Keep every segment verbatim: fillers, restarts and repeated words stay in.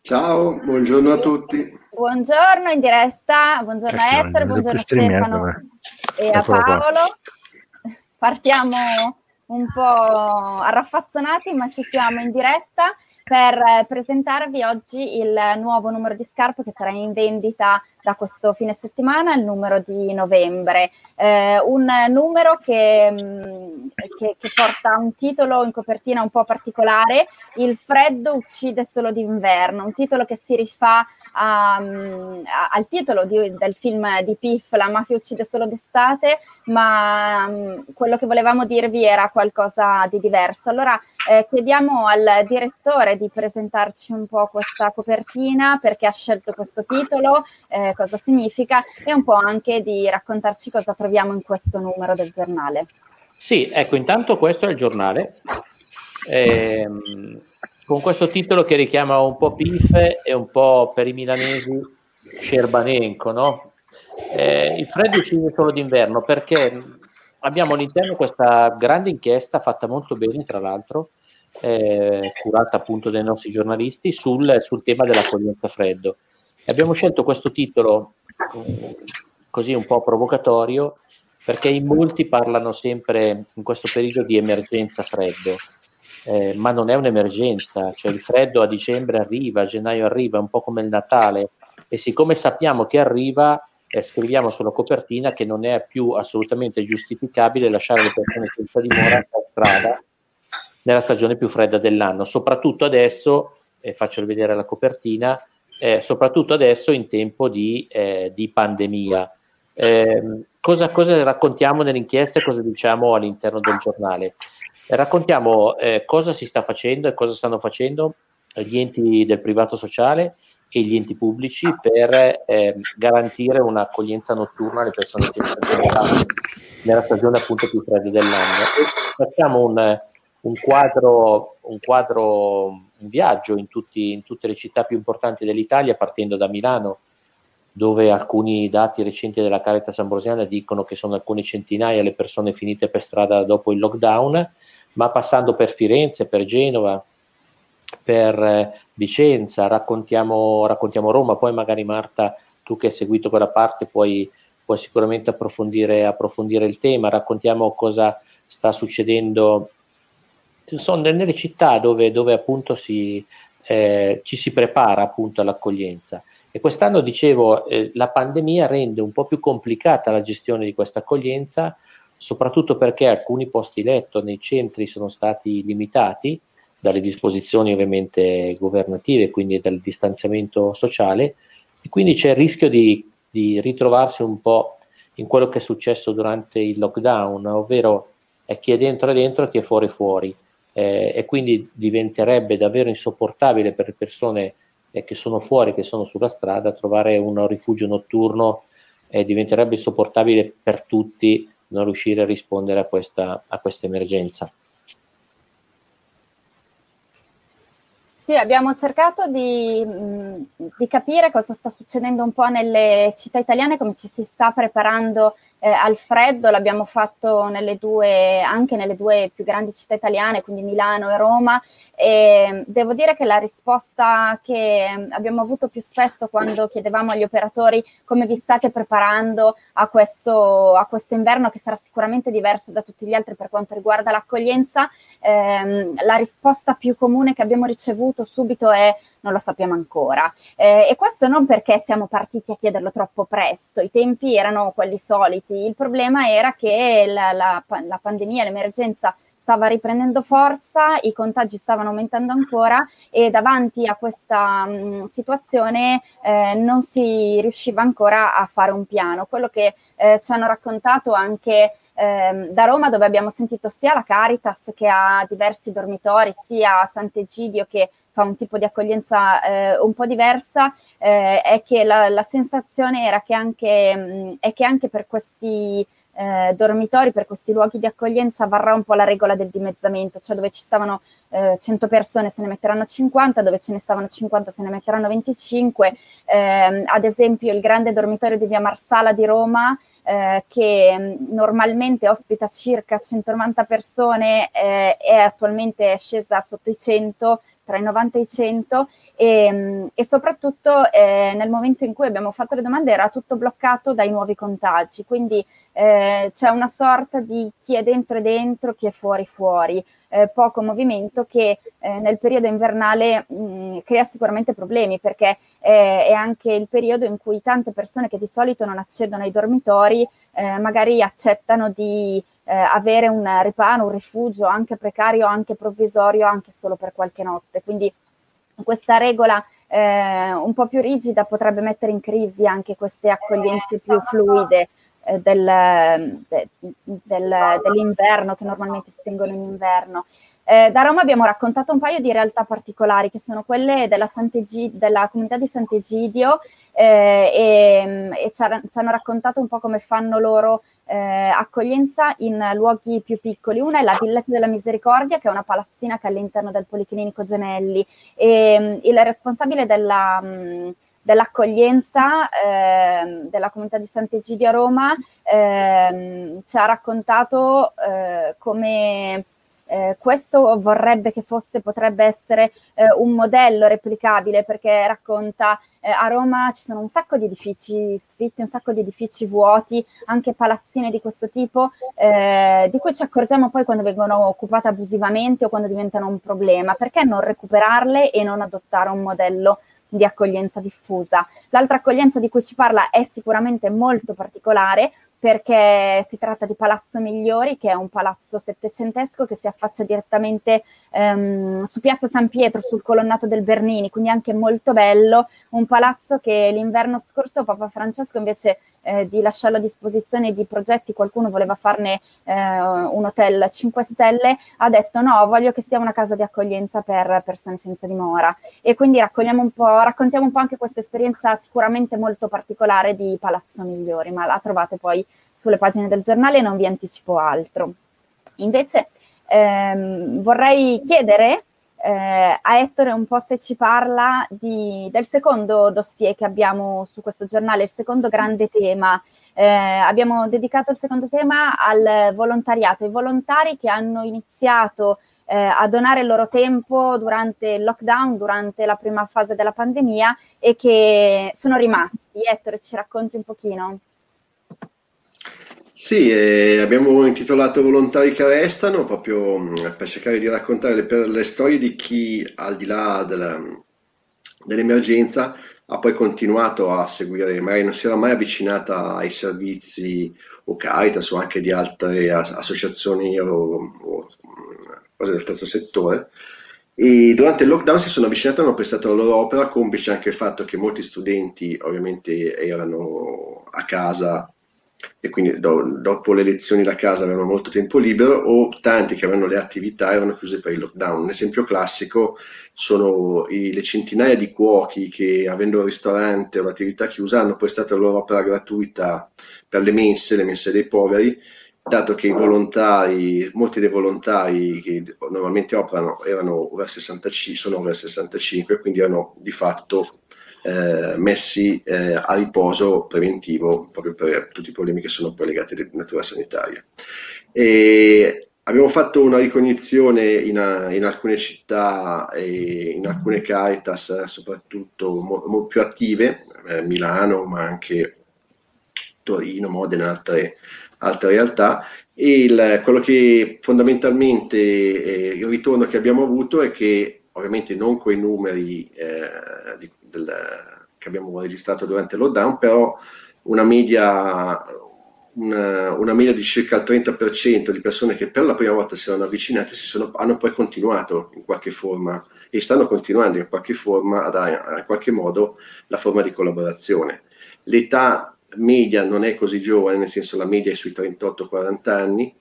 Ciao, buongiorno a tutti. Buongiorno in diretta, buongiorno a Ecco, Ettore, non vedo più buongiorno a StreamYard, Stefano ma- e a Eccolo qua. Paolo. Partiamo un po' arraffazzonati, ma ci siamo in diretta per presentarvi oggi il nuovo numero di scarpe che sarà in vendita da questo fine settimana, il numero di novembre. Eh, un numero che, mh, che, che porta un titolo in copertina un po' particolare: Il freddo uccide solo d'inverno, un titolo che si rifà a, a, al titolo di, del film di Piff, La mafia uccide solo d'estate, ma um, quello che volevamo dirvi era qualcosa di diverso. Allora eh, chiediamo al direttore di presentarci un po' questa copertina, perché ha scelto questo titolo, eh, cosa significa, e un po' anche di raccontarci cosa troviamo in questo numero del giornale. Sì, ecco, intanto questo è il giornale, ehm, con questo titolo che richiama un po' Piff e un po' per i milanesi Scerbanenko, no? Eh, il freddo uccide solo d'inverno, perché abbiamo all'interno questa grande inchiesta fatta molto bene, tra l'altro, eh, curata appunto dai nostri giornalisti sul, sul tema dell'accoglienza freddo. E abbiamo scelto questo titolo eh, così un po' provocatorio, perché in molti parlano sempre in questo periodo di emergenza freddo, eh, ma non è un'emergenza, cioè il freddo a dicembre arriva, a gennaio arriva, è un po' come il Natale, e siccome sappiamo che arriva, eh, scriviamo sulla copertina che non è più assolutamente giustificabile lasciare le persone senza dimora per strada nella stagione più fredda dell'anno, soprattutto adesso, eh, faccio vedere la copertina, eh, soprattutto adesso in tempo di, eh, di pandemia. Eh, cosa, cosa raccontiamo nell'inchiesta e cosa diciamo all'interno del giornale? Eh, raccontiamo eh, cosa si sta facendo e cosa stanno facendo gli enti del privato sociale e gli enti pubblici per eh, garantire un'accoglienza notturna alle persone senza dimora nella stagione appunto più fredda dell'anno. E facciamo un, un quadro, un quadro, un viaggio in, tutti, in tutte le città più importanti dell'Italia, partendo da Milano, dove alcuni dati recenti della Caritas Ambrosiana dicono che sono alcune centinaia le persone finite per strada dopo il lockdown, ma passando per Firenze, per Genova, per eh, Vicenza, raccontiamo, raccontiamo Roma. Poi magari Marta, tu che hai seguito quella parte, puoi, puoi sicuramente approfondire, approfondire il tema. Raccontiamo cosa sta succedendo sono nelle città dove, dove appunto si, eh, ci si prepara appunto all'accoglienza. E quest'anno, dicevo, eh, la pandemia rende un po' più complicata la gestione di questa accoglienza, soprattutto perché alcuni posti letto nei centri sono stati limitati dalle disposizioni ovviamente governative, quindi dal distanziamento sociale, e quindi c'è il rischio di, di ritrovarsi un po' in quello che è successo durante il lockdown, ovvero è chi è dentro è dentro e chi è fuori è fuori. Eh, e quindi diventerebbe davvero insopportabile per le persone eh, che sono fuori, che sono sulla strada, trovare un rifugio notturno, eh, diventerebbe insopportabile per tutti non riuscire a rispondere a questa, a questa emergenza. Sì, abbiamo cercato di, mh, di capire cosa sta succedendo un po' nelle città italiane, come ci si sta preparando eh, al freddo. L'abbiamo fatto nelle due, anche nelle due più grandi città italiane, quindi Milano e Roma, e devo dire che la risposta che abbiamo avuto più spesso quando chiedevamo agli operatori come vi state preparando a questo, a questo inverno, che sarà sicuramente diverso da tutti gli altri per quanto riguarda l'accoglienza, ehm, la risposta più comune che abbiamo ricevuto subito è: non lo sappiamo ancora. Eh, e questo non perché siamo partiti a chiederlo troppo presto, i tempi erano quelli soliti. Il problema era che la, la, la pandemia, l'emergenza stava riprendendo forza, i contagi stavano aumentando ancora, e davanti a questa mh, situazione eh, non si riusciva ancora a fare un piano. Quello che eh, ci hanno raccontato anche da Roma, dove abbiamo sentito sia la Caritas, che ha diversi dormitori, sia Sant'Egidio, che fa un tipo di accoglienza eh, un po' diversa, eh, è che la, la sensazione era che anche, mh, è che anche per questi eh, dormitori, per questi luoghi di accoglienza, varrà un po' la regola del dimezzamento, cioè dove ci stavano eh, cento persone se ne metteranno cinquanta, dove ce ne stavano cinquanta se ne metteranno venticinque. Eh, ad esempio il grande dormitorio di via Marsala di Roma, Eh, che mh, normalmente ospita circa centonovanta persone, eh, è attualmente scesa sotto i cento, tra i novanta e i cento e, e soprattutto eh, nel momento in cui abbiamo fatto le domande era tutto bloccato dai nuovi contagi, quindi eh, c'è una sorta di chi è dentro e dentro, chi è fuori fuori, eh, poco movimento che eh, nel periodo invernale mh, crea sicuramente problemi, perché eh, è anche il periodo in cui tante persone che di solito non accedono ai dormitori eh, magari accettano di eh, avere un riparo, un rifugio anche precario, anche provvisorio, anche solo per qualche notte. Quindi questa regola eh, un po' più rigida potrebbe mettere in crisi anche queste accoglienze più fluide eh, del, de, del, dell'inverno, che normalmente si tengono in inverno. Eh, da Roma abbiamo raccontato un paio di realtà particolari, che sono quelle della, Sant'Egi- della comunità di Sant'Egidio, eh, e, e ci, ha, ci hanno raccontato un po' come fanno loro eh, accoglienza in luoghi più piccoli. Una è la Villetta della Misericordia, che è una palazzina che è all'interno del Policlinico Gemelli, e il responsabile della... Mh, dell'accoglienza eh, della comunità di Sant'Egidio a Roma eh, ci ha raccontato eh, come eh, questo vorrebbe che fosse, potrebbe essere eh, un modello replicabile, perché racconta eh, a Roma ci sono un sacco di edifici sfitti, un sacco di edifici vuoti, anche palazzine di questo tipo, eh, di cui ci accorgiamo poi quando vengono occupate abusivamente o quando diventano un problema. Perché non recuperarle e non adottare un modello di accoglienza diffusa? L'altra accoglienza di cui ci parla è sicuramente molto particolare, perché si tratta di Palazzo Migliori, che è un palazzo settecentesco che si affaccia direttamente ehm, su Piazza San Pietro, sul colonnato del Bernini, quindi anche molto bello, un palazzo che l'inverno scorso Papa Francesco, invece eh, di lasciarlo a disposizione di progetti, qualcuno voleva farne eh, un hotel cinque stelle, ha detto no, voglio che sia una casa di accoglienza per persone senza dimora, e quindi raccogliamo un po', raccontiamo un po' anche questa esperienza sicuramente molto particolare di Palazzo Migliori, ma la trovate poi sulle pagine del giornale e non vi anticipo altro. Invece ehm, vorrei chiedere eh, a Ettore un po' se ci parla di, del secondo dossier che abbiamo su questo giornale, il secondo grande tema. Eh, abbiamo dedicato il secondo tema al volontariato, i volontari che hanno iniziato eh, a donare il loro tempo durante il lockdown, durante la prima fase della pandemia, e che sono rimasti. Ettore, ci racconti un pochino? Sì, eh, abbiamo intitolato Volontari che restano, proprio mh, per cercare di raccontare le, per le storie di chi, al di là della- dell'emergenza, ha poi continuato a seguire, magari non si era mai avvicinata ai servizi o Caritas o anche di altre as- associazioni o, o, mh, cose del terzo settore. E durante il lockdown si sono avvicinati e hanno prestato la loro opera, complice anche il fatto che molti studenti ovviamente erano a casa e quindi do- dopo le lezioni da casa avevano molto tempo libero, o tanti che avevano le attività erano chiuse per il lockdown. Un esempio classico sono i- le centinaia di cuochi che, avendo il ristorante o l'attività chiusa, hanno prestato la loro opera gratuita per le mense, le mense dei poveri, dato che i volontari, molti dei volontari che normalmente operano erano over sessantacinque, sono over sessantacinque, quindi erano di fatto eh, messi eh, a riposo preventivo proprio per tutti i problemi che sono poi legati di natura sanitaria. E abbiamo fatto una ricognizione in, in alcune città e in alcune Caritas, soprattutto mo, mo più attive, eh, Milano, ma anche Torino, Modena, altre, altre realtà. E il, quello che fondamentalmente eh, il ritorno che abbiamo avuto è che, ovviamente non quei numeri eh, di, del, che abbiamo registrato durante il lockdown, però una media, una, una media di circa il trenta per cento di persone che per la prima volta si erano avvicinate si sono, hanno poi continuato in qualche forma e stanno continuando in qualche forma a dare in qualche modo la forma di collaborazione. L'età media non è così giovane, nel senso la media è sui trentotto quaranta anni,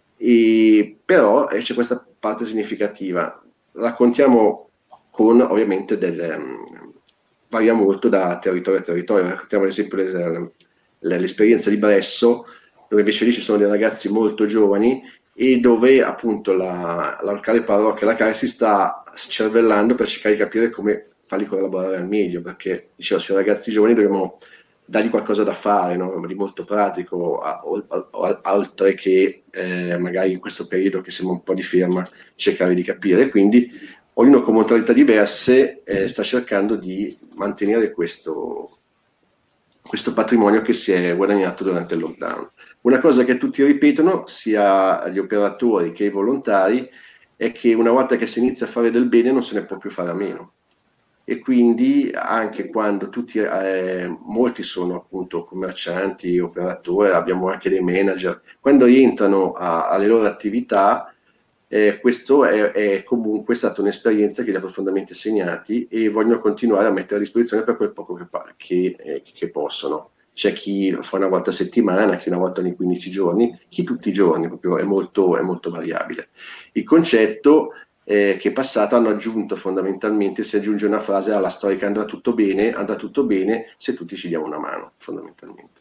e però eh, c'è questa parte significativa. Raccontiamo con ovviamente del um, varia molto da territorio a territorio. Raccontiamo ad esempio le, le, l'esperienza di Bresso, dove invece lì ci sono dei ragazzi molto giovani e dove appunto la, la locale parrocchia, la C A R, si sta scervellando per cercare di capire come farli collaborare al meglio, perché dicevo, sui ragazzi giovani dobbiamo dargli qualcosa da fare, no? Di molto pratico, a, a, a, oltre che eh, magari in questo periodo che sembra un po' di firma cercare di capire. Quindi ognuno con modalità diverse eh, sta cercando di mantenere questo, questo patrimonio che si è guadagnato durante il lockdown. Una cosa che tutti ripetono, sia gli operatori che i volontari, è che una volta che si inizia a fare del bene non se ne può più fare a meno. E quindi anche quando tutti, eh, molti sono appunto commercianti, operatori, abbiamo anche dei manager, quando rientrano a, alle loro attività, eh, questo è, è comunque stata un'esperienza che li ha profondamente segnati e vogliono continuare a mettere a disposizione per quel poco che, che, eh, che possono. C'è chi fa una volta a settimana, chi una volta ogni quindici giorni, chi tutti i giorni, proprio è molto, è molto variabile. Il concetto eh, che è passato hanno aggiunto fondamentalmente, si aggiunge una frase alla storica andrà tutto bene, andrà tutto bene se tutti ci diamo una mano, fondamentalmente.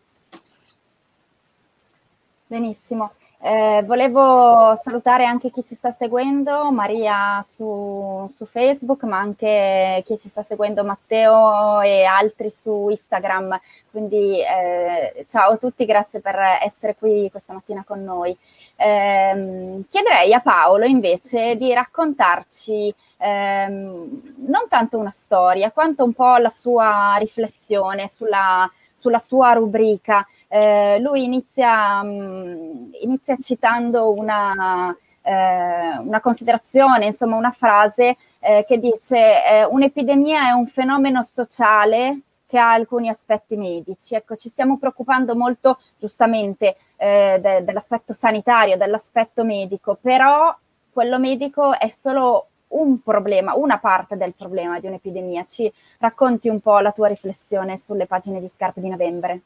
Benissimo. Eh, volevo salutare anche chi ci sta seguendo, Maria su, su Facebook, ma anche chi ci sta seguendo, Matteo e altri su Instagram. Quindi eh, ciao a tutti, grazie per essere qui questa mattina con noi. Eh, chiederei a Paolo invece di raccontarci ehm, non tanto una storia, quanto un po' la sua riflessione sulla, sulla sua rubrica. Eh, lui inizia, mh, inizia citando una, eh, una considerazione, insomma una frase eh, che dice eh, un'epidemia è un fenomeno sociale che ha alcuni aspetti medici. Ecco, ci stiamo preoccupando molto giustamente eh, de- dell'aspetto sanitario, dell'aspetto medico, però quello medico è solo un problema, una parte del problema di un'epidemia. Ci racconti un po' la tua riflessione sulle pagine di Scarpe di Novembre?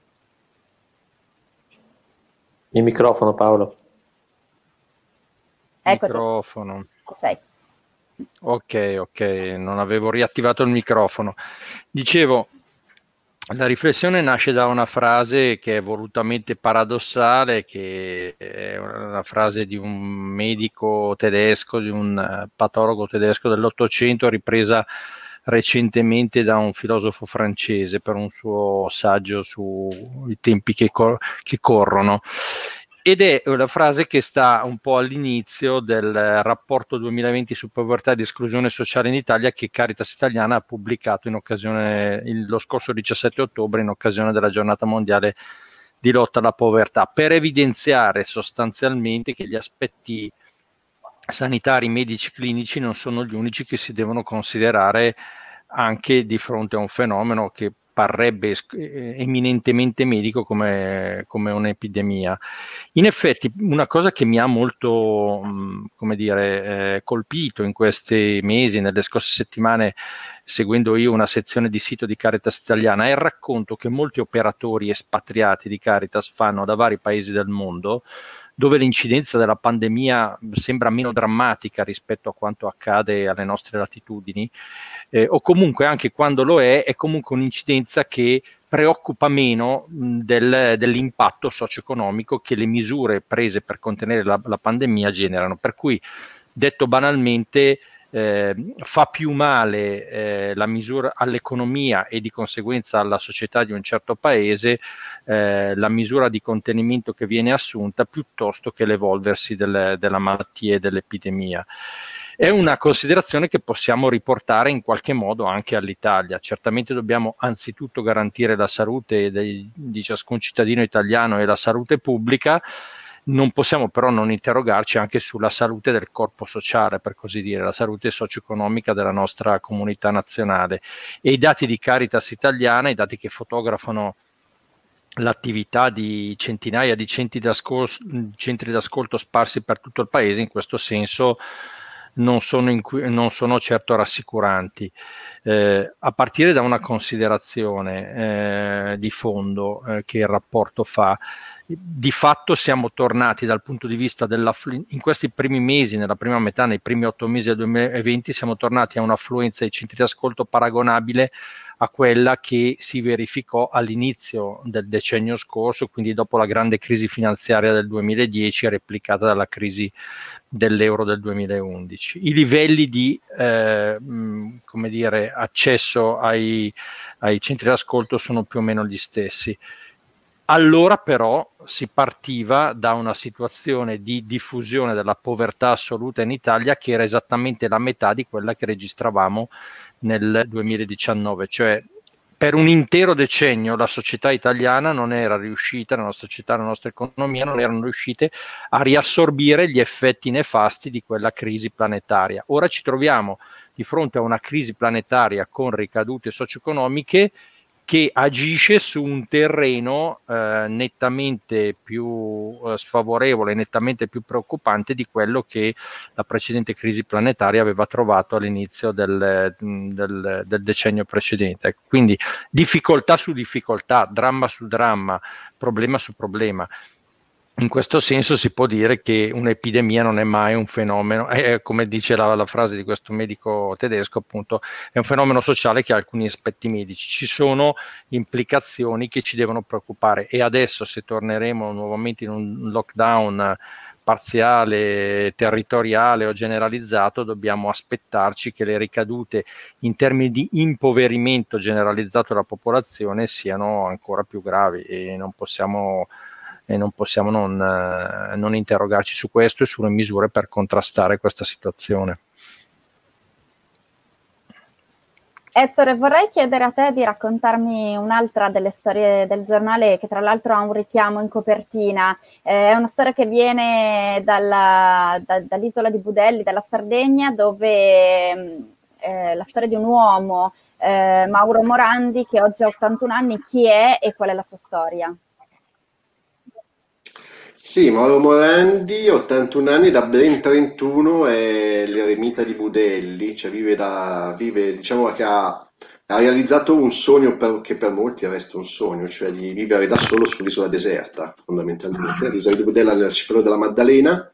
Il microfono, Paolo. Eccoti. Microfono. Sei. Ok, ok, non avevo riattivato il microfono. Dicevo, la riflessione nasce da una frase che è volutamente paradossale, che è una frase di un medico tedesco, di un patologo tedesco dell'Ottocento, ripresa recentemente da un filosofo francese per un suo saggio sui tempi che, cor- che corrono. Ed è una frase che sta un po' all'inizio del rapporto duemilaventi su povertà ed esclusione sociale in Italia che Caritas Italiana ha pubblicato in occasione, il, lo scorso diciassette ottobre, in occasione della giornata mondiale di lotta alla povertà, per evidenziare sostanzialmente che gli aspetti sanitari, medici, clinici non sono gli unici che si devono considerare anche di fronte a un fenomeno che parrebbe eminentemente medico come, come un'epidemia. In effetti una cosa che mi ha molto come dire, eh, colpito in questi mesi, nelle scorse settimane, seguendo io una sezione di sito di Caritas Italiana, è il racconto che molti operatori espatriati di Caritas fanno da vari paesi del mondo, dove l'incidenza della pandemia sembra meno drammatica rispetto a quanto accade alle nostre latitudini, eh, o comunque anche quando lo è, è comunque un'incidenza che preoccupa meno mh, del, dell'impatto socio-economico che le misure prese per contenere la, la pandemia generano. Per cui, detto banalmente, eh, fa più male eh, la misura all'economia e di conseguenza alla società di un certo paese eh, la misura di contenimento che viene assunta piuttosto che l'evolversi del, della malattia e dell'epidemia. È una considerazione che possiamo riportare in qualche modo anche all'Italia. Certamente dobbiamo anzitutto garantire la salute dei, di ciascun cittadino italiano e la salute pubblica. Non possiamo però non interrogarci anche sulla salute del corpo sociale, per così dire, la salute socio-economica della nostra comunità nazionale. E i dati di Caritas Italiana, i dati che fotografano l'attività di centinaia di centri d'ascolto, centri d'ascolto sparsi per tutto il paese, in questo senso non sono, in, non sono certo rassicuranti, eh, a partire da una considerazione eh, di fondo eh, che il rapporto fa. Di fatto siamo tornati dal punto di vista dell'affluenza, in questi primi mesi, nella prima metà, nei primi otto mesi del duemilaventi, siamo tornati a un'affluenza dei centri di ascolto paragonabile a quella che si verificò all'inizio del decennio scorso, quindi dopo la grande crisi finanziaria del duemiladieci, replicata dalla crisi dell'euro del duemilaundici. I livelli di eh, come dire, accesso ai, ai centri di ascolto sono più o meno gli stessi. Allora però si partiva da una situazione di diffusione della povertà assoluta in Italia che era esattamente la metà di quella che registravamo nel duemiladiciannove, cioè per un intero decennio la società italiana non era riuscita, la nostra società, la nostra economia non erano riuscite a riassorbire gli effetti nefasti di quella crisi planetaria. Ora ci troviamo di fronte a una crisi planetaria con ricadute socio-economiche che agisce su un terreno eh, nettamente più eh, sfavorevole, nettamente più preoccupante di quello che la precedente crisi planetaria aveva trovato all'inizio del, del, del decennio precedente. Quindi difficoltà su difficoltà, dramma su dramma, problema su problema. In questo senso si può dire che un'epidemia non è mai un fenomeno, eh, come dice la, la frase di questo medico tedesco, appunto, è un fenomeno sociale che ha alcuni aspetti medici. Ci sono implicazioni che ci devono preoccupare e adesso, se torneremo nuovamente in un lockdown parziale, territoriale o generalizzato, dobbiamo aspettarci che le ricadute in termini di impoverimento generalizzato della popolazione siano ancora più gravi e non possiamo e non possiamo non, eh, non interrogarci su questo e sulle misure per contrastare questa situazione. Ettore, vorrei chiedere a te di raccontarmi un'altra delle storie del giornale che tra l'altro ha un richiamo in copertina. Eh, è una storia che viene dalla, da, dall'isola di Budelli, dalla Sardegna, dove eh, la storia di un uomo, eh, Mauro Morandi, che oggi ha ottantuno anni. Chi è e qual è la sua storia? Sì, Mauro Morandi, ottantuno anni, da ben trentuno, è l'eremita di Budelli, cioè vive da, vive, diciamo che ha, ha realizzato un sogno per- che per molti resta un sogno, cioè di vivere da solo sull'isola deserta, fondamentalmente, l'isola di Budella nell'arcipelago della Maddalena,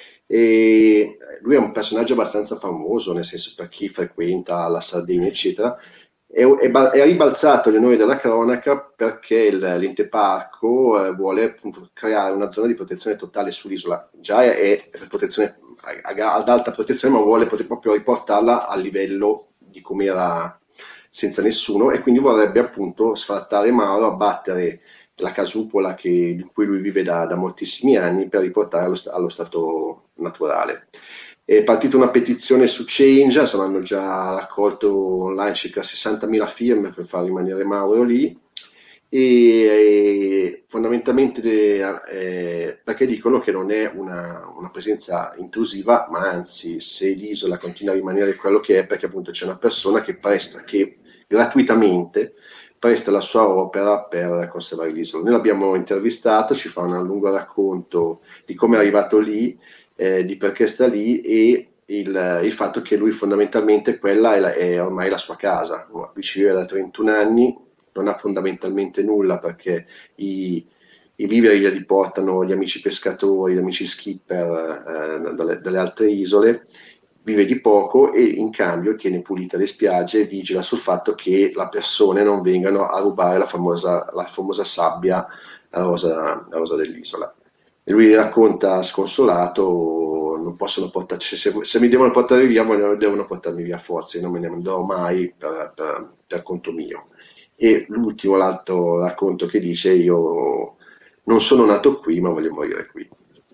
e lui è un personaggio abbastanza famoso, nel senso per chi frequenta la Sardegna, eccetera. È, è ba- è ribalzato l'onore della cronaca perché il- l'ente parco eh, vuole appunto creare una zona di protezione totale sull'isola. Già è, è protezione, a- a- ad alta protezione, ma vuole poter proprio riportarla al livello di come era senza nessuno, e quindi vorrebbe appunto sfrattare Mauro, abbattere la casupola che- in cui lui vive da, da moltissimi anni per riportarla allo, sta- allo stato naturale. È partita una petizione su Change, insomma, hanno già raccolto online circa sessantamila firme per far rimanere Mauro lì, e, e fondamentalmente eh, perché dicono che non è una, una presenza intrusiva, ma anzi, se l'isola continua a rimanere quello che è, perché appunto c'è una persona che presta, che gratuitamente presta la sua opera per conservare l'isola. Noi l'abbiamo intervistato, ci fa un lungo racconto di come è arrivato lì, eh, di perché sta lì, e il, il fatto che lui fondamentalmente quella è, la- è ormai la sua casa. Lui ci vive da trentuno anni, non ha fondamentalmente nulla perché i, i viveri glieli portano gli amici pescatori, gli amici skipper eh, dalle, dalle altre isole, vive di poco e in cambio tiene pulite le spiagge e vigila sul fatto che le persone non vengano a rubare la famosa, la famosa sabbia rosa, rosa dell'isola. E lui racconta sconsolato: non possono portarci, se, se mi devono portare via, vogliono- devono portarmi via a forza, io non me ne andrò mai per, per- per conto mio. E l'ultimo, l'altro racconto che dice: io non sono nato qui, ma voglio morire qui.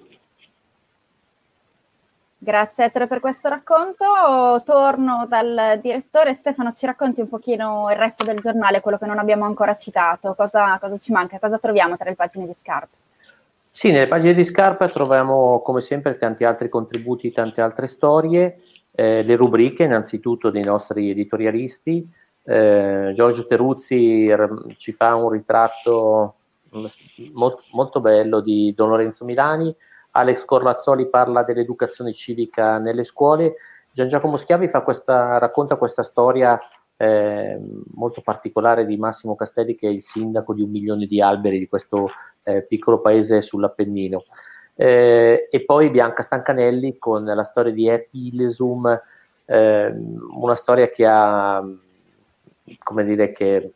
Grazie Ettore per questo racconto. Torno dal direttore. Stefano, ci racconti un pochino il resto del giornale, quello che non abbiamo ancora citato. Cosa, cosa ci manca? Cosa troviamo tra le pagine di Scarpa? Sì, nelle pagine di Scarpa troviamo come sempre tanti altri contributi, tante altre storie, eh, le rubriche innanzitutto dei nostri editorialisti. eh, Giorgio Teruzzi r- ci fa un ritratto mm, mo- molto bello di Don Lorenzo Milani. Alex Corlazzoli parla dell'educazione civica nelle scuole. Gian Giacomo Schiavi fa questa, racconta questa storia eh, molto particolare di Massimo Castelli, che è il sindaco di un milione di alberi di questo eh, piccolo paese sull'Appennino. Eh, e poi Bianca Stancanelli con la storia di Happy Ilesum, eh, una storia che ha, come dire, che,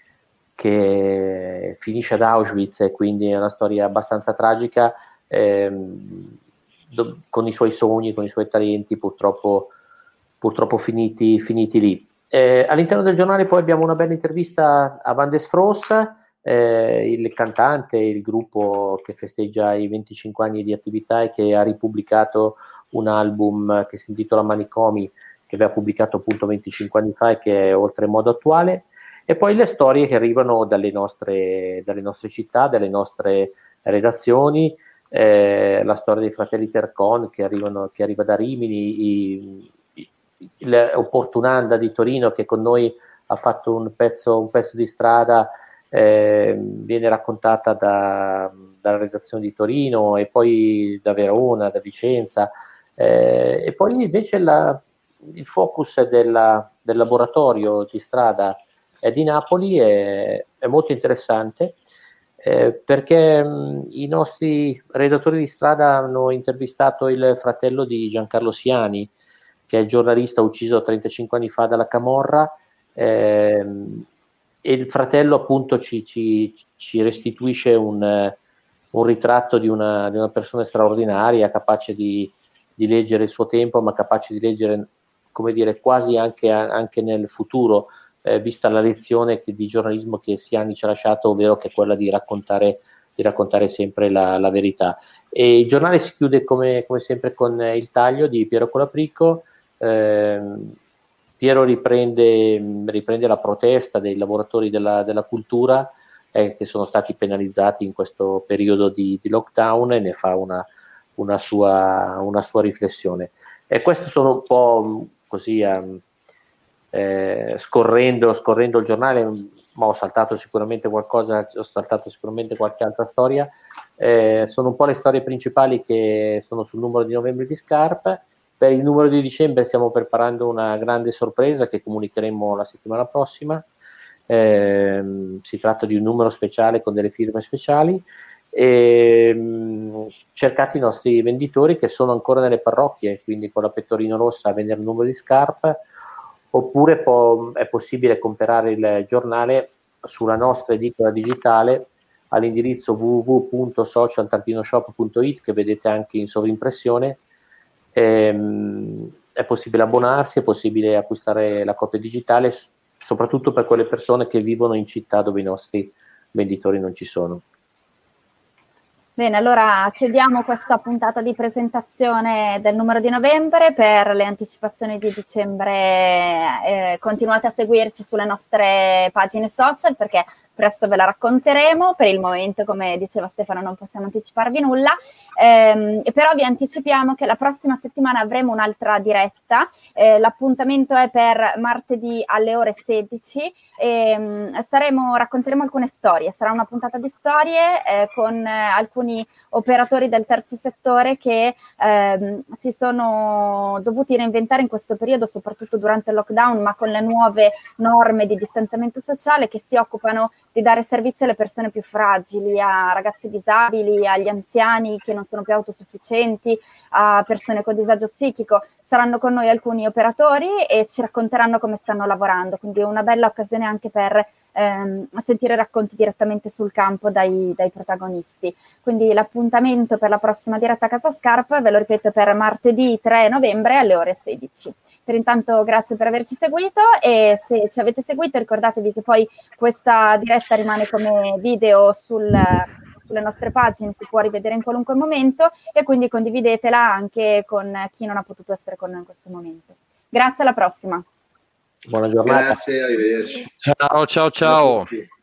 che finisce ad Auschwitz, e quindi è una storia abbastanza tragica, ehm, do, con i suoi sogni, con i suoi talenti purtroppo, purtroppo finiti, finiti lì. Eh, all'interno del giornale poi abbiamo una bella intervista a Van der Sfroos, eh, il cantante, il gruppo che festeggia i venticinque anni di attività e che ha ripubblicato un album che si intitola Manicomi, che aveva pubblicato appunto venticinque anni fa e che è oltremodo attuale, e poi le storie che arrivano dalle nostre, dalle nostre città, dalle nostre redazioni, eh, la storia dei fratelli Tercon che, arrivano, che arriva da Rimini, i, i, l'Opportunanda di Torino che con noi ha fatto un pezzo, un pezzo di strada, eh, viene raccontata da, dalla redazione di Torino e poi da Verona, da Vicenza, eh, e poi invece la, il focus della, del laboratorio di strada di Napoli è, è molto interessante, eh, perché mh, i nostri redattori di strada hanno intervistato il fratello di Giancarlo Siani, che è il giornalista ucciso trentacinque anni fa dalla Camorra, ehm, e il fratello appunto ci, ci, ci restituisce un, un ritratto di una, di una persona straordinaria, capace di, di leggere il suo tempo, ma capace di leggere, come dire, quasi anche, anche nel futuro, eh, vista la lezione di giornalismo che Siani ci ha lasciato, ovvero che è quella di raccontare, di raccontare sempre la, la verità. E il giornale si chiude come, come sempre con il taglio di Piero Colaprico. Eh, Piero riprende, riprende la protesta dei lavoratori della, della cultura, eh, che sono stati penalizzati in questo periodo di, di lockdown, e ne fa una, una, sua, una sua riflessione. E questo sono un po' così, um, eh, scorrendo, scorrendo il giornale, ma ho saltato sicuramente qualcosa, ho saltato sicuramente qualche altra storia. Eh, sono un po' le storie principali che sono sul numero di novembre di Scarp. Per il numero di dicembre stiamo preparando una grande sorpresa che comunicheremo la settimana prossima. Eh, si tratta di un numero speciale con delle firme speciali. E, mh, cercate i nostri venditori che sono ancora nelle parrocchie, quindi con la pettorino rossa a vendere il numero di Scarp, oppure può, è possibile comprare il giornale sulla nostra edicola digitale all'indirizzo w w w punto social shop punto it, che vedete anche in sovrimpressione. Ehm, è possibile abbonarsi, è possibile acquistare la copia digitale, soprattutto per quelle persone che vivono in città dove i nostri venditori non ci sono. Bene, allora chiudiamo questa puntata di presentazione del numero di novembre. Per le anticipazioni di dicembre eh, continuate a seguirci sulle nostre pagine social, perché presto ve la racconteremo. Per il momento, come diceva Stefano, non possiamo anticiparvi nulla, ehm, però vi anticipiamo che la prossima settimana avremo un'altra diretta. Eh, l'appuntamento è per martedì alle ore sedici. E, staremo, racconteremo alcune storie. Sarà una puntata di storie eh, con eh, alcuni operatori del terzo settore che ehm, si sono dovuti reinventare in questo periodo, soprattutto durante il lockdown, ma con le nuove norme di distanziamento sociale, che si occupano di dare servizio alle persone più fragili, a ragazzi disabili, agli anziani che non sono più autosufficienti, a persone con disagio psichico. Saranno con noi alcuni operatori e ci racconteranno come stanno lavorando, quindi è una bella occasione anche per ehm, sentire racconti direttamente sul campo dai, dai protagonisti. Quindi l'appuntamento per la prossima diretta a Casa Scarp, ve lo ripeto, per martedì tre novembre alle ore sedici. Per intanto grazie per averci seguito, e se ci avete seguito ricordatevi che poi questa diretta rimane come video sul... sulle nostre pagine, si può rivedere in qualunque momento, e quindi condividetela anche con chi non ha potuto essere con noi in questo momento. Grazie, alla prossima. Buona giornata. Grazie, arrivederci. Ciao, ciao, ciao.